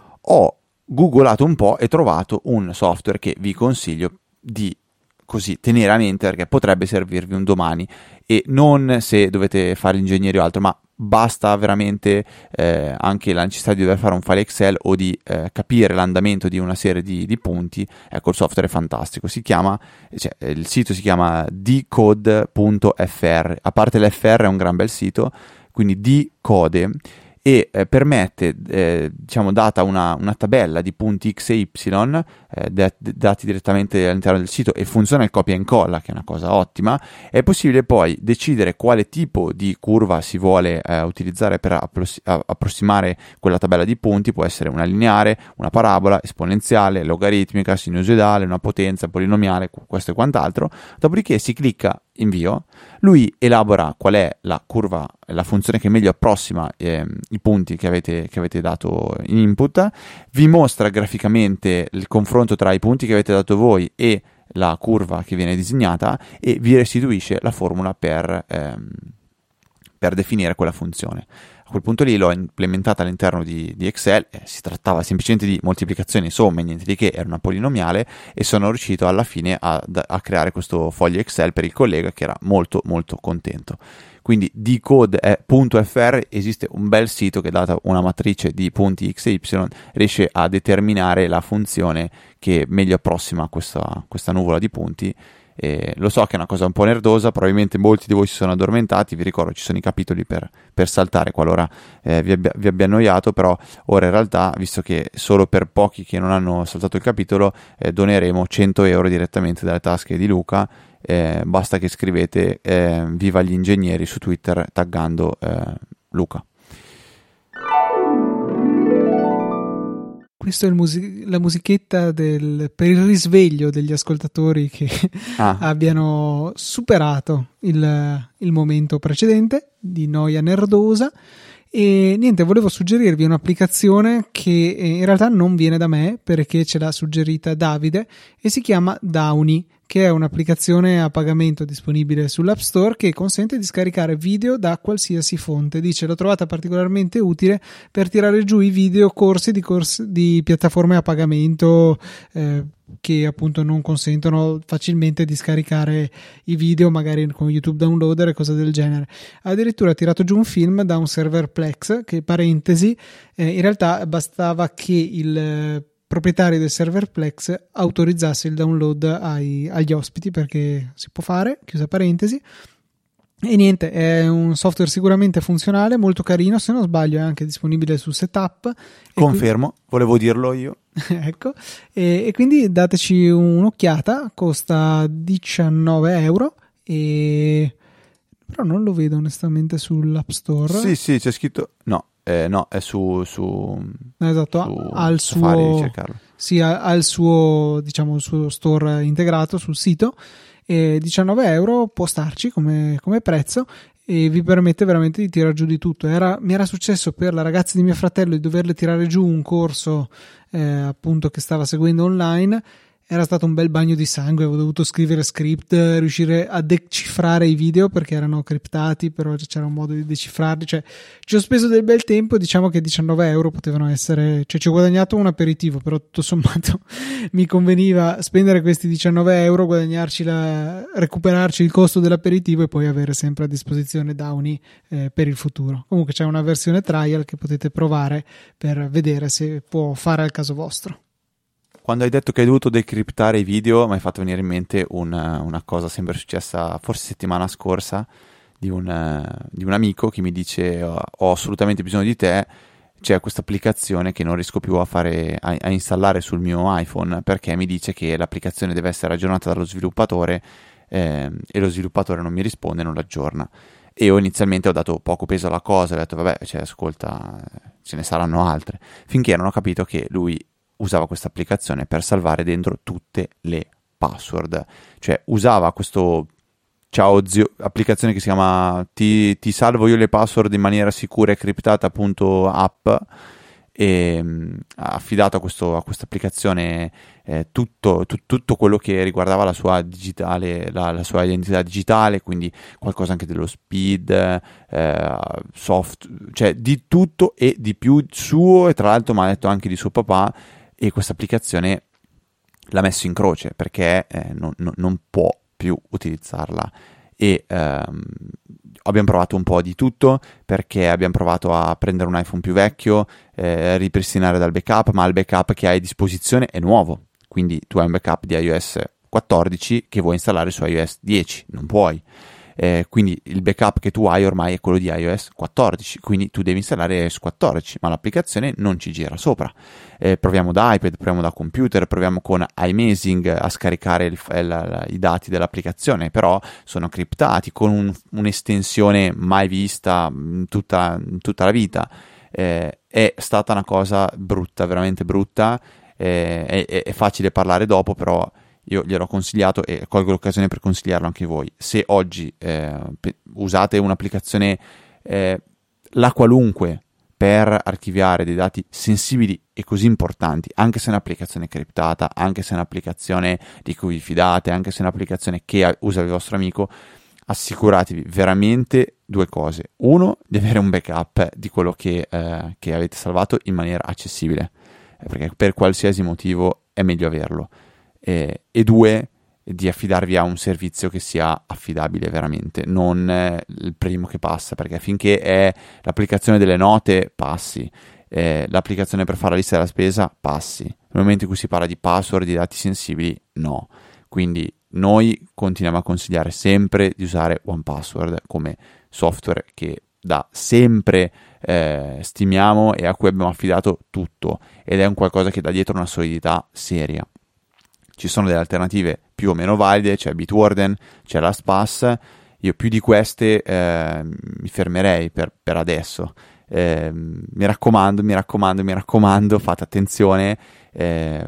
Ho googolato un po' e trovato un software che vi consiglio di così tenere a mente, perché potrebbe servirvi un domani, e non se dovete fare l'ingegnere o altro, ma basta veramente eh, anche la necessità di dover fare un file Excel o di eh, capire l'andamento di una serie di, di punti. Ecco, il software è fantastico, si chiama, cioè, il sito si chiama decode punto f r, a parte l'F R è un gran bel sito, quindi Decode, e eh, permette, eh, diciamo, data una, una tabella di punti X e Y eh, dat- dati direttamente all'interno del sito, e funziona il copia e incolla, che è una cosa ottima. È possibile poi decidere quale tipo di curva si vuole eh, utilizzare per appros- approssimare quella tabella di punti. Può essere una lineare, una parabola, esponenziale, logaritmica, sinusoidale, una potenza, polinomiale, questo e quant'altro. Dopodiché si clicca invio, lui elabora qual è la curva, la funzione che meglio approssima eh, i punti che avete, che avete dato in input, vi mostra graficamente il confronto tra i punti che avete dato voi e la curva che viene disegnata e vi restituisce la formula per, ehm, per definire quella funzione. A quel punto lì l'ho implementata all'interno di, di Excel, eh, si trattava semplicemente di moltiplicazioni e somme, niente di che, era una polinomiale, e sono riuscito alla fine a, a creare questo foglio Excel per il collega che era molto molto contento. Quindi decode.fr esiste un bel sito che, data una matrice di punti x e y, riesce a determinare la funzione che meglio approssima questa, questa nuvola di punti. Eh, lo so che è una cosa un po' nerdosa, probabilmente molti di voi si sono addormentati, vi ricordo ci sono i capitoli per, per saltare qualora eh, vi, abbia, vi abbia annoiato, però ora in realtà, visto che solo per pochi che non hanno saltato il capitolo, eh, doneremo cento euro direttamente dalle tasche di Luca. Eh, basta che scrivete eh, viva gli ingegneri su Twitter taggando eh, Luca. Questa è il musi- la musichetta del, per il risveglio degli ascoltatori che ah. abbiano superato il, il momento precedente di noia nerdosa. E niente, volevo suggerirvi un'applicazione che in realtà non viene da me, perché ce l'ha suggerita Davide, e si chiama Downy, che è un'applicazione a pagamento disponibile sull'App Store che consente di scaricare video da qualsiasi fonte. Dice, l'ho trovata particolarmente utile per tirare giù i video corsi di, corsi, di piattaforme a pagamento eh, che appunto non consentono facilmente di scaricare i video, magari con YouTube Downloader e cose del genere. Addirittura ha tirato giù un film da un server Plex, che, parentesi, eh, in realtà bastava che il proprietario del server Plex autorizzasse il download ai, agli ospiti, perché si può fare, chiusa parentesi. E niente, è un software sicuramente funzionale, molto carino, se non sbaglio è anche disponibile su Setup. Confermo, qui... volevo dirlo io. Ecco, e, e quindi dateci un'occhiata, costa diciannove euro, e... però non lo vedo onestamente sull'App Store. Sì, sì, c'è scritto... No, eh, no, è su... su... Esatto, su ha il suo... Sì, ha, ha il suo, diciamo, il suo store integrato sul sito. E diciannove euro può starci come, come prezzo, e vi permette veramente di tirar giù di tutto. Era, mi era successo per la ragazza di mio fratello di doverle tirare giù un corso eh, appunto che stava seguendo online. Era stato un bel bagno di sangue, avevo dovuto scrivere script, riuscire a decifrare i video perché erano criptati, però c'era un modo di decifrarli, cioè ci ho speso del bel tempo. Diciamo che diciannove euro potevano essere, cioè ci ho guadagnato un aperitivo, però tutto sommato mi conveniva spendere questi diciannove euro, guadagnarci la, recuperarci il costo dell'aperitivo e poi avere sempre a disposizione Downy eh, per il futuro. Comunque c'è una versione trial che potete provare per vedere se può fare al caso vostro. Quando hai detto che hai dovuto decriptare i video, mi hai fatto venire in mente una, una cosa sempre successa, forse settimana scorsa, di un, di un amico che mi dice: ho, ho assolutamente bisogno di te, c'è questa applicazione che non riesco più a, fare, a, a installare sul mio iPhone, perché mi dice che l'applicazione deve essere aggiornata dallo sviluppatore eh, e lo sviluppatore non mi risponde, non l'aggiorna. E io inizialmente ho dato poco peso alla cosa, ho detto vabbè, cioè, ascolta, ce ne saranno altre, finché non ho capito che lui usava questa applicazione per salvare dentro tutte le password, cioè usava questo ciao zio applicazione che si chiama ti, ti salvo io le password in maniera sicura e criptata punto app, e mh, ha affidato a, questo, a questa applicazione eh, tutto, tu, tutto quello che riguardava la sua digitale, la, la sua identità digitale, quindi qualcosa anche dello speed, eh, soft, cioè di tutto e di più suo, e tra l'altro mi ha detto anche di suo papà. E questa applicazione l'ha messo in croce perché eh, non, non, non può più utilizzarla. E ehm, abbiamo provato un po' di tutto, perché abbiamo provato a prendere un iPhone più vecchio, eh, ripristinare dal backup, ma il backup che hai a disposizione è nuovo. Quindi tu hai un backup di iOS quattordici che vuoi installare su iOS dieci, non puoi. Eh, quindi il backup che tu hai ormai è quello di iOS quattordici, quindi tu devi installare iOS quattordici, ma l'applicazione non ci gira sopra. Eh, proviamo da iPad, proviamo da computer, proviamo con iMazing a scaricare il, il, i dati dell'applicazione, però sono criptati con un, un'estensione mai vista in tutta, in tutta la vita. Eh, è stata una cosa brutta, veramente brutta. Eh, è, è facile parlare dopo, però io gliel'ho consigliato e colgo l'occasione per consigliarlo anche voi. Se oggi eh, pe- usate un'applicazione, eh, la qualunque, per archiviare dei dati sensibili e così importanti, anche se è un'applicazione criptata, anche se è un'applicazione di cui vi fidate, anche se è un'applicazione che usa il vostro amico, assicuratevi veramente due cose. Uno, di avere un backup di quello che, eh, che avete salvato in maniera accessibile, eh, perché per qualsiasi motivo è meglio averlo. Eh, e due, di affidarvi a un servizio che sia affidabile veramente, non eh, il primo che passa, perché finché è l'applicazione delle note, passi, eh, l'applicazione per fare la lista della spesa, passi. Nel momento in cui si parla di password, di dati sensibili, no. Quindi noi continuiamo a consigliare sempre di usare one password come software che da sempre eh, stimiamo e a cui abbiamo affidato tutto, ed è un qualcosa che dà dietro una solidità seria. Ci sono delle alternative più o meno valide, c'è Bitwarden, c'è LastPass. Io più di queste eh, mi fermerei per, per adesso. Eh, mi raccomando, mi raccomando, mi raccomando, fate attenzione. Eh,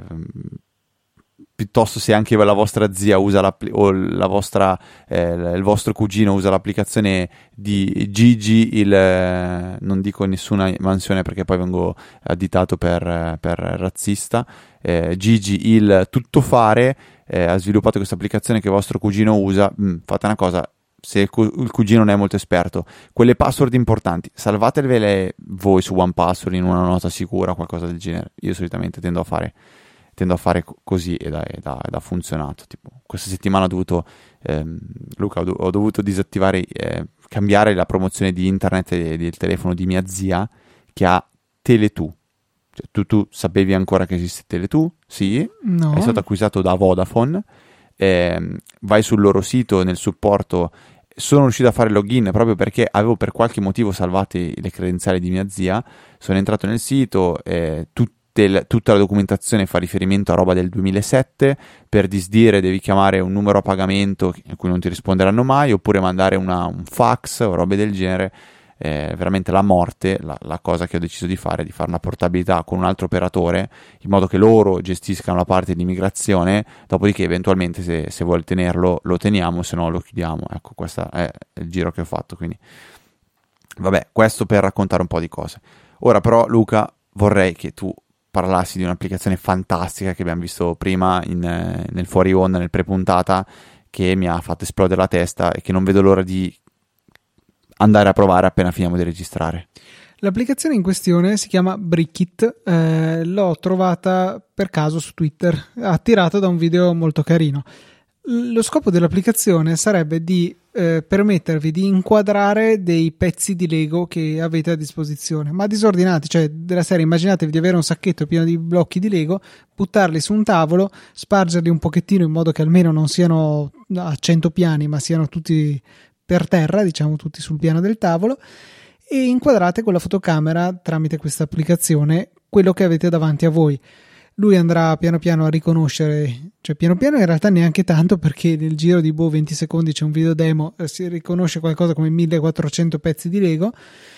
piuttosto, se anche la vostra zia usa o la vostra, eh, il vostro cugino usa l'applicazione di Gigi, il, eh, non dico nessuna mansione perché poi vengo additato per, per razzista, eh, Gigi il tuttofare, eh, ha sviluppato questa applicazione che vostro cugino usa, mh, fate una cosa, se il, cu- il cugino non è molto esperto, quelle password importanti salvatevele voi su OnePassword in una nota sicura, qualcosa del genere. Io solitamente tendo a fare tendo a fare così ed ha, ed ha, ed ha funzionato. Tipo, questa settimana ho dovuto ehm, Luca ho, do- ho dovuto disattivare eh, cambiare la promozione di internet e del telefono di mia zia che ha Tele2. Cioè, tu, tu sapevi ancora che esiste Tele2? Sì, No. è stato acquistato da Vodafone. Eh, vai sul loro sito, nel supporto. Sono riuscito a fare login proprio perché avevo per qualche motivo salvate le credenziali di mia zia. Sono entrato nel sito, eh, tutti tutta la documentazione fa riferimento a roba del duemilasette. Per disdire devi chiamare un numero a pagamento a cui non ti risponderanno mai, oppure mandare una, un fax o robe del genere. È veramente la morte. La, la cosa che ho deciso di fare è di fare una portabilità con un altro operatore in modo che loro gestiscano la parte di immigrazione, dopodiché eventualmente se, se vuole tenerlo lo teniamo, se no lo chiudiamo. Ecco, questo è il giro che ho fatto. Quindi vabbè, questo per raccontare un po' di cose. Ora però, Luca, vorrei che tu parlassi di un'applicazione fantastica che abbiamo visto prima in, nel fuori onda, nel pre-puntata, che mi ha fatto esplodere la testa e che non vedo l'ora di andare a provare appena finiamo di registrare. L'applicazione in questione si chiama Brickit, eh, l'ho trovata per caso su Twitter, attirata da un video molto carino. Lo scopo dell'applicazione sarebbe di eh, permettervi di inquadrare dei pezzi di Lego che avete a disposizione, ma disordinati, cioè della serie, immaginatevi di avere un sacchetto pieno di blocchi di Lego, buttarli su un tavolo, spargerli un pochettino in modo che almeno non siano a cento piani, ma siano tutti per terra, diciamo tutti sul piano del tavolo, e inquadrate con la fotocamera tramite questa applicazione quello che avete davanti a voi. Lui andrà piano piano a riconoscere, cioè piano piano in realtà neanche tanto, perché nel giro di boh venti secondi c'è un video demo, si riconosce qualcosa come millequattrocento pezzi di Lego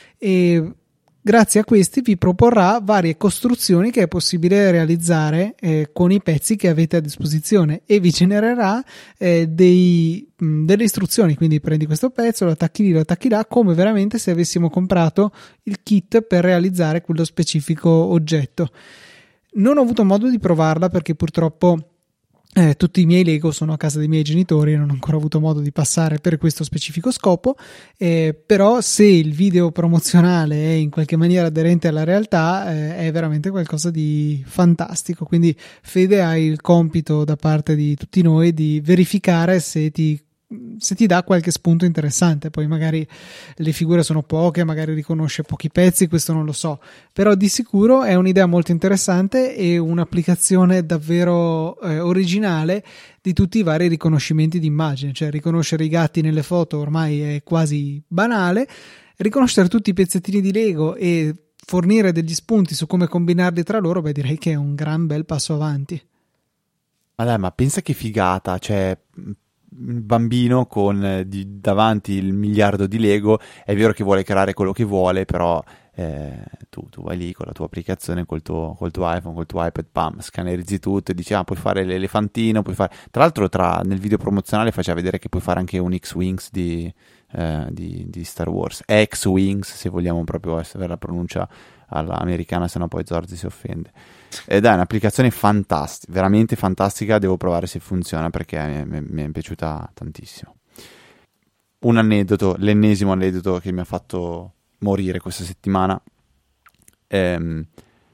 e grazie a questi vi proporrà varie costruzioni che è possibile realizzare eh, con i pezzi che avete a disposizione e vi genererà eh, dei, mh, delle istruzioni, quindi prendi questo pezzo, lo attacchi lì, lo attacchi là, come veramente se avessimo comprato il kit per realizzare quello specifico oggetto. Non ho avuto modo di provarla perché purtroppo eh, tutti i miei Lego sono a casa dei miei genitori e non ho ancora avuto modo di passare per questo specifico scopo, eh, però se il video promozionale è in qualche maniera aderente alla realtà eh, è veramente qualcosa di fantastico. Quindi Fede, hai il compito da parte di tutti noi di verificare se ti se ti dà qualche spunto interessante. Poi magari le figure sono poche, magari riconosce pochi pezzi, questo non lo so, però di sicuro è un'idea molto interessante e un'applicazione davvero eh, originale di tutti i vari riconoscimenti di immagine. Cioè riconoscere i gatti nelle foto ormai è quasi banale, riconoscere tutti i pezzettini di Lego e fornire degli spunti su come combinarli tra loro, beh, direi che è un gran bel passo avanti. Ma dai, ma pensa che figata, cioè bambino con eh, di, davanti il miliardo di Lego. È vero che vuole creare quello che vuole, però eh, tu, tu vai lì con la tua applicazione, col tuo, col tuo iPhone, col tuo iPad, pam, scannerizzi tutto e dici ah, puoi fare l'elefantino, puoi fare... Tra l'altro tra, nel video promozionale faceva vedere che puoi fare anche un X-Wings di, eh, di, di Star Wars, X-Wings se vogliamo proprio essere la pronuncia all'americana, sennò poi Zorzi si offende. Ed è un'applicazione fantastica, veramente fantastica, devo provare se funziona perché mi, mi, mi è piaciuta tantissimo. Un aneddoto, l'ennesimo aneddoto che mi ha fatto morire questa settimana. Ehm,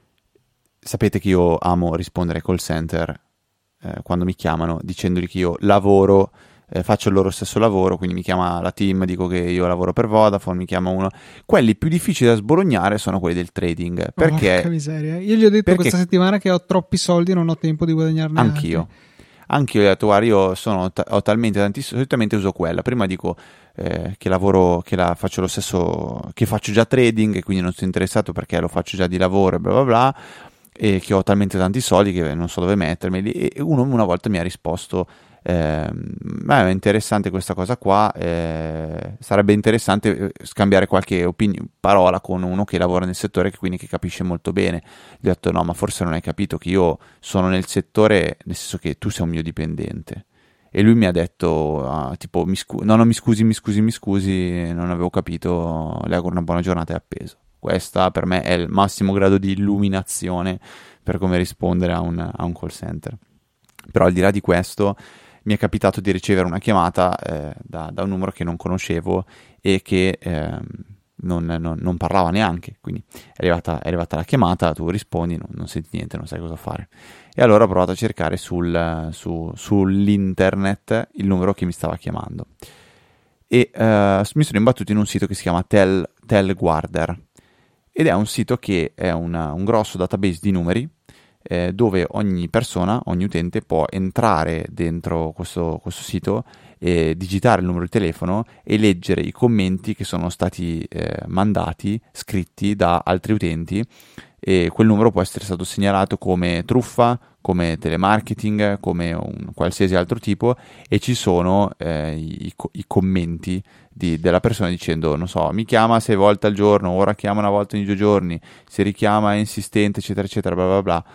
sapete che io amo rispondere ai call center eh, quando mi chiamano dicendogli che io lavoro, eh, faccio il loro stesso lavoro, quindi mi chiama la team, dico che io lavoro per Vodafone, mi chiama uno. Quelli più difficili da sbolognare sono quelli del trading, perché... Porca miseria. Io gli ho detto questa settimana che ho troppi soldi e non ho tempo di guadagnarne. Anch'io. Anch'io ho detto, guarda, io sono, ho talmente tantissimo, solitamente uso quella. Prima dico eh, che lavoro, che la faccio lo stesso, che faccio già trading e quindi non sono interessato perché lo faccio già di lavoro e bla bla bla, e che ho talmente tanti soldi che non so dove mettermeli. E uno una volta mi ha risposto, eh, beh, è interessante questa cosa qua, eh, sarebbe interessante scambiare qualche opinione, parola con uno che lavora nel settore, che quindi che capisce molto bene. Gli ho detto no, ma forse non hai capito che io sono nel settore, nel senso che tu sei un mio dipendente. E lui mi ha detto ah, tipo mi scu- no no mi scusi mi scusi mi scusi non avevo capito, le auguro una buona giornata e appeso. Questa per me è il massimo grado di illuminazione per come rispondere a un, a un call center. Però al di là di questo mi è capitato di ricevere una chiamata eh, da, da un numero che non conoscevo e che eh, non, non, non parlava neanche, quindi è arrivata, è arrivata la chiamata, tu rispondi, non, non senti niente, non sai cosa fare. E allora ho provato a cercare sul, su, sull'internet il numero che mi stava chiamando e eh, mi sono imbattuto in un sito che si chiama Tel, Telguarder, ed è un sito che è una, un grosso database di numeri Eh, dove ogni persona, ogni utente può entrare dentro questo, questo sito e digitare il numero di telefono e leggere i commenti che sono stati eh, mandati, scritti da altri utenti, e quel numero può essere stato segnalato come truffa, come telemarketing, come un qualsiasi altro tipo, e ci sono eh, i, i commenti di, della persona dicendo, non so, mi chiama sei volte al giorno, ora chiama una volta ogni due giorni, si richiama è insistente, eccetera eccetera, bla bla bla.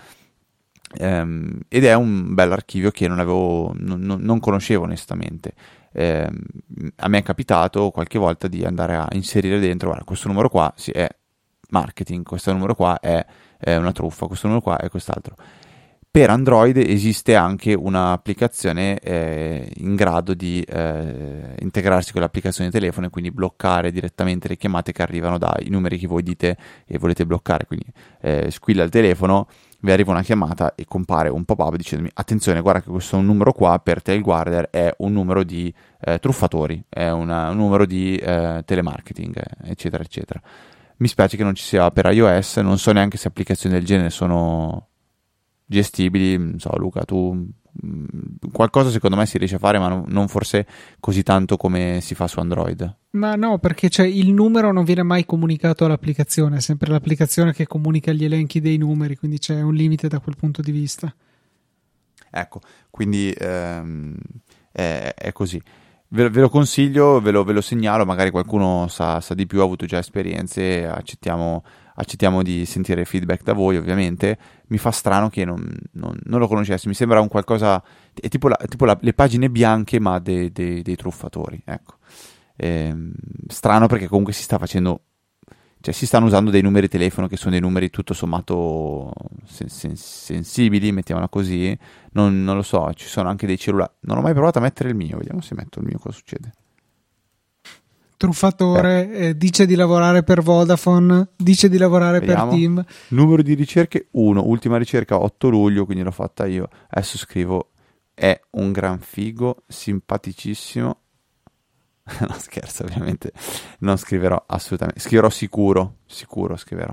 Um, ed è un bel archivio che non avevo, non, non conoscevo onestamente. Um, a me è capitato qualche volta di andare a inserire dentro, guarda, questo numero qua sì, è marketing, questo numero qua è, è una truffa, questo numero qua è quest'altro. Per Android esiste anche un'applicazione eh, in grado di eh, integrarsi con l'applicazione di telefono e quindi bloccare direttamente le chiamate che arrivano dai numeri che voi dite e volete bloccare. Quindi eh, squilla il telefono, vi arriva una chiamata e compare un pop-up dicendomi attenzione, guarda che questo numero qua per Telguarder è un numero di eh, truffatori, è una, un numero di eh, telemarketing, eccetera eccetera. Mi spiace che non ci sia per iOS, non so neanche se applicazioni del genere sono gestibili. Non so, Luca, tu mh, qualcosa secondo me si riesce a fare, ma no, non forse così tanto come si fa su Android. Ma no, perché cioè, il numero non viene mai comunicato all'applicazione, è sempre l'applicazione che comunica gli elenchi dei numeri, quindi c'è un limite da quel punto di vista. Ecco, quindi ehm, è, è così. Ve, ve lo consiglio, ve lo, ve lo segnalo, magari qualcuno sa, sa di più, ha avuto già esperienze, accettiamo, accettiamo di sentire feedback da voi ovviamente. Mi fa strano che non, non, non lo conoscessi, mi sembra un qualcosa, è tipo, la, tipo la, le pagine bianche ma dei, dei, dei truffatori, ecco. Ehm, strano perché comunque si sta facendo, cioè si stanno usando dei numeri di telefono che sono dei numeri tutto sommato sen- sen- sensibili, mettiamola così. Non, non lo so, ci sono anche dei cellulari, non ho mai provato a mettere il mio, vediamo se metto il mio cosa succede. Truffatore, eh. Eh, dice di lavorare per Vodafone, dice di lavorare Vediamo. per Team. Numero di ricerche uno, ultima ricerca otto luglio, quindi l'ho fatta io. Adesso scrivo, è un gran figo, simpaticissimo. No, scherzo, ovviamente non scriverò assolutamente, scriverò sicuro, sicuro scriverò.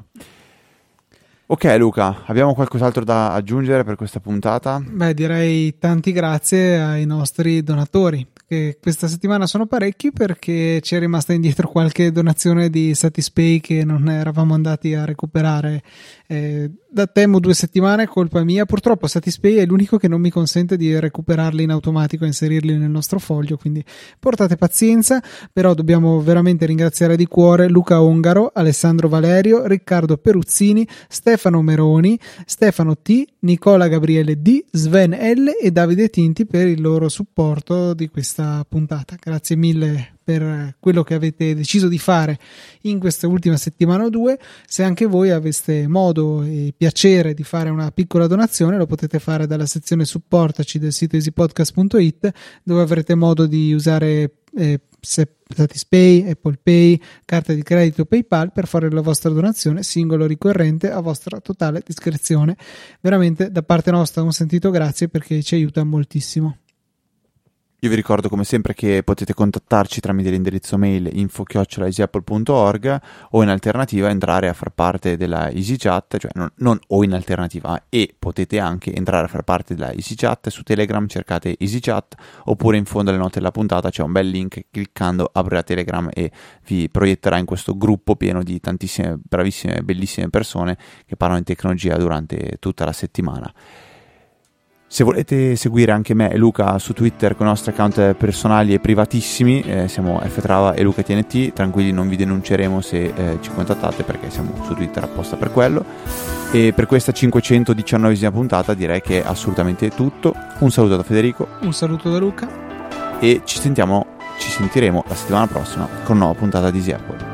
Ok Luca, abbiamo qualcos'altro da aggiungere per questa puntata? Beh, direi tanti grazie ai nostri donatori, che questa settimana sono parecchi perché ci è rimasta indietro qualche donazione di Satispay che non eravamo andati a recuperare eh, da temo due settimane, colpa mia. Purtroppo Satispay è l'unico che non mi consente di recuperarli in automatico e inserirli nel nostro foglio, quindi portate pazienza. Però dobbiamo veramente ringraziare di cuore Luca Ongaro, Alessandro Valerio, Riccardo Peruzzini, Stefano Meroni, Stefano T, Nicola Gabriele D, Sven L e Davide Tinti per il loro supporto di questa puntata. Grazie mille per quello che avete deciso di fare in questa ultima settimana o due. Se anche voi aveste modo e piacere di fare una piccola donazione, lo potete fare dalla sezione supportaci del sito easypodcast punto it, dove avrete modo di usare eh, Satispay, Apple Pay, carta di credito, PayPal per fare la vostra donazione singolo o ricorrente a vostra totale discrezione. Veramente da parte nostra un sentito grazie, perché ci aiuta moltissimo. Io vi ricordo come sempre che potete contattarci tramite l'indirizzo mail info chiocciola easyapple punto org o in alternativa entrare a far parte della EasyChat, cioè non, non o in alternativa, e potete anche entrare a far parte della EasyChat su Telegram, cercate EasyChat, oppure in fondo alle note della puntata c'è un bel link, cliccando aprirà Telegram e vi proietterà in questo gruppo pieno di tantissime bravissime, bellissime persone che parlano di tecnologia durante tutta la settimana. Se volete seguire anche me e Luca su Twitter con i nostri account personali e privatissimi, eh, siamo ftrava e LucaTNT, tranquilli, non vi denunceremo se eh, ci contattate, perché siamo su Twitter apposta per quello. E per questa cinquecentodiciannovesima puntata direi che è assolutamente tutto. Un saluto da Federico, un saluto da Luca e ci sentiamo, ci sentiremo la settimana prossima con una nuova puntata di Easy Apple.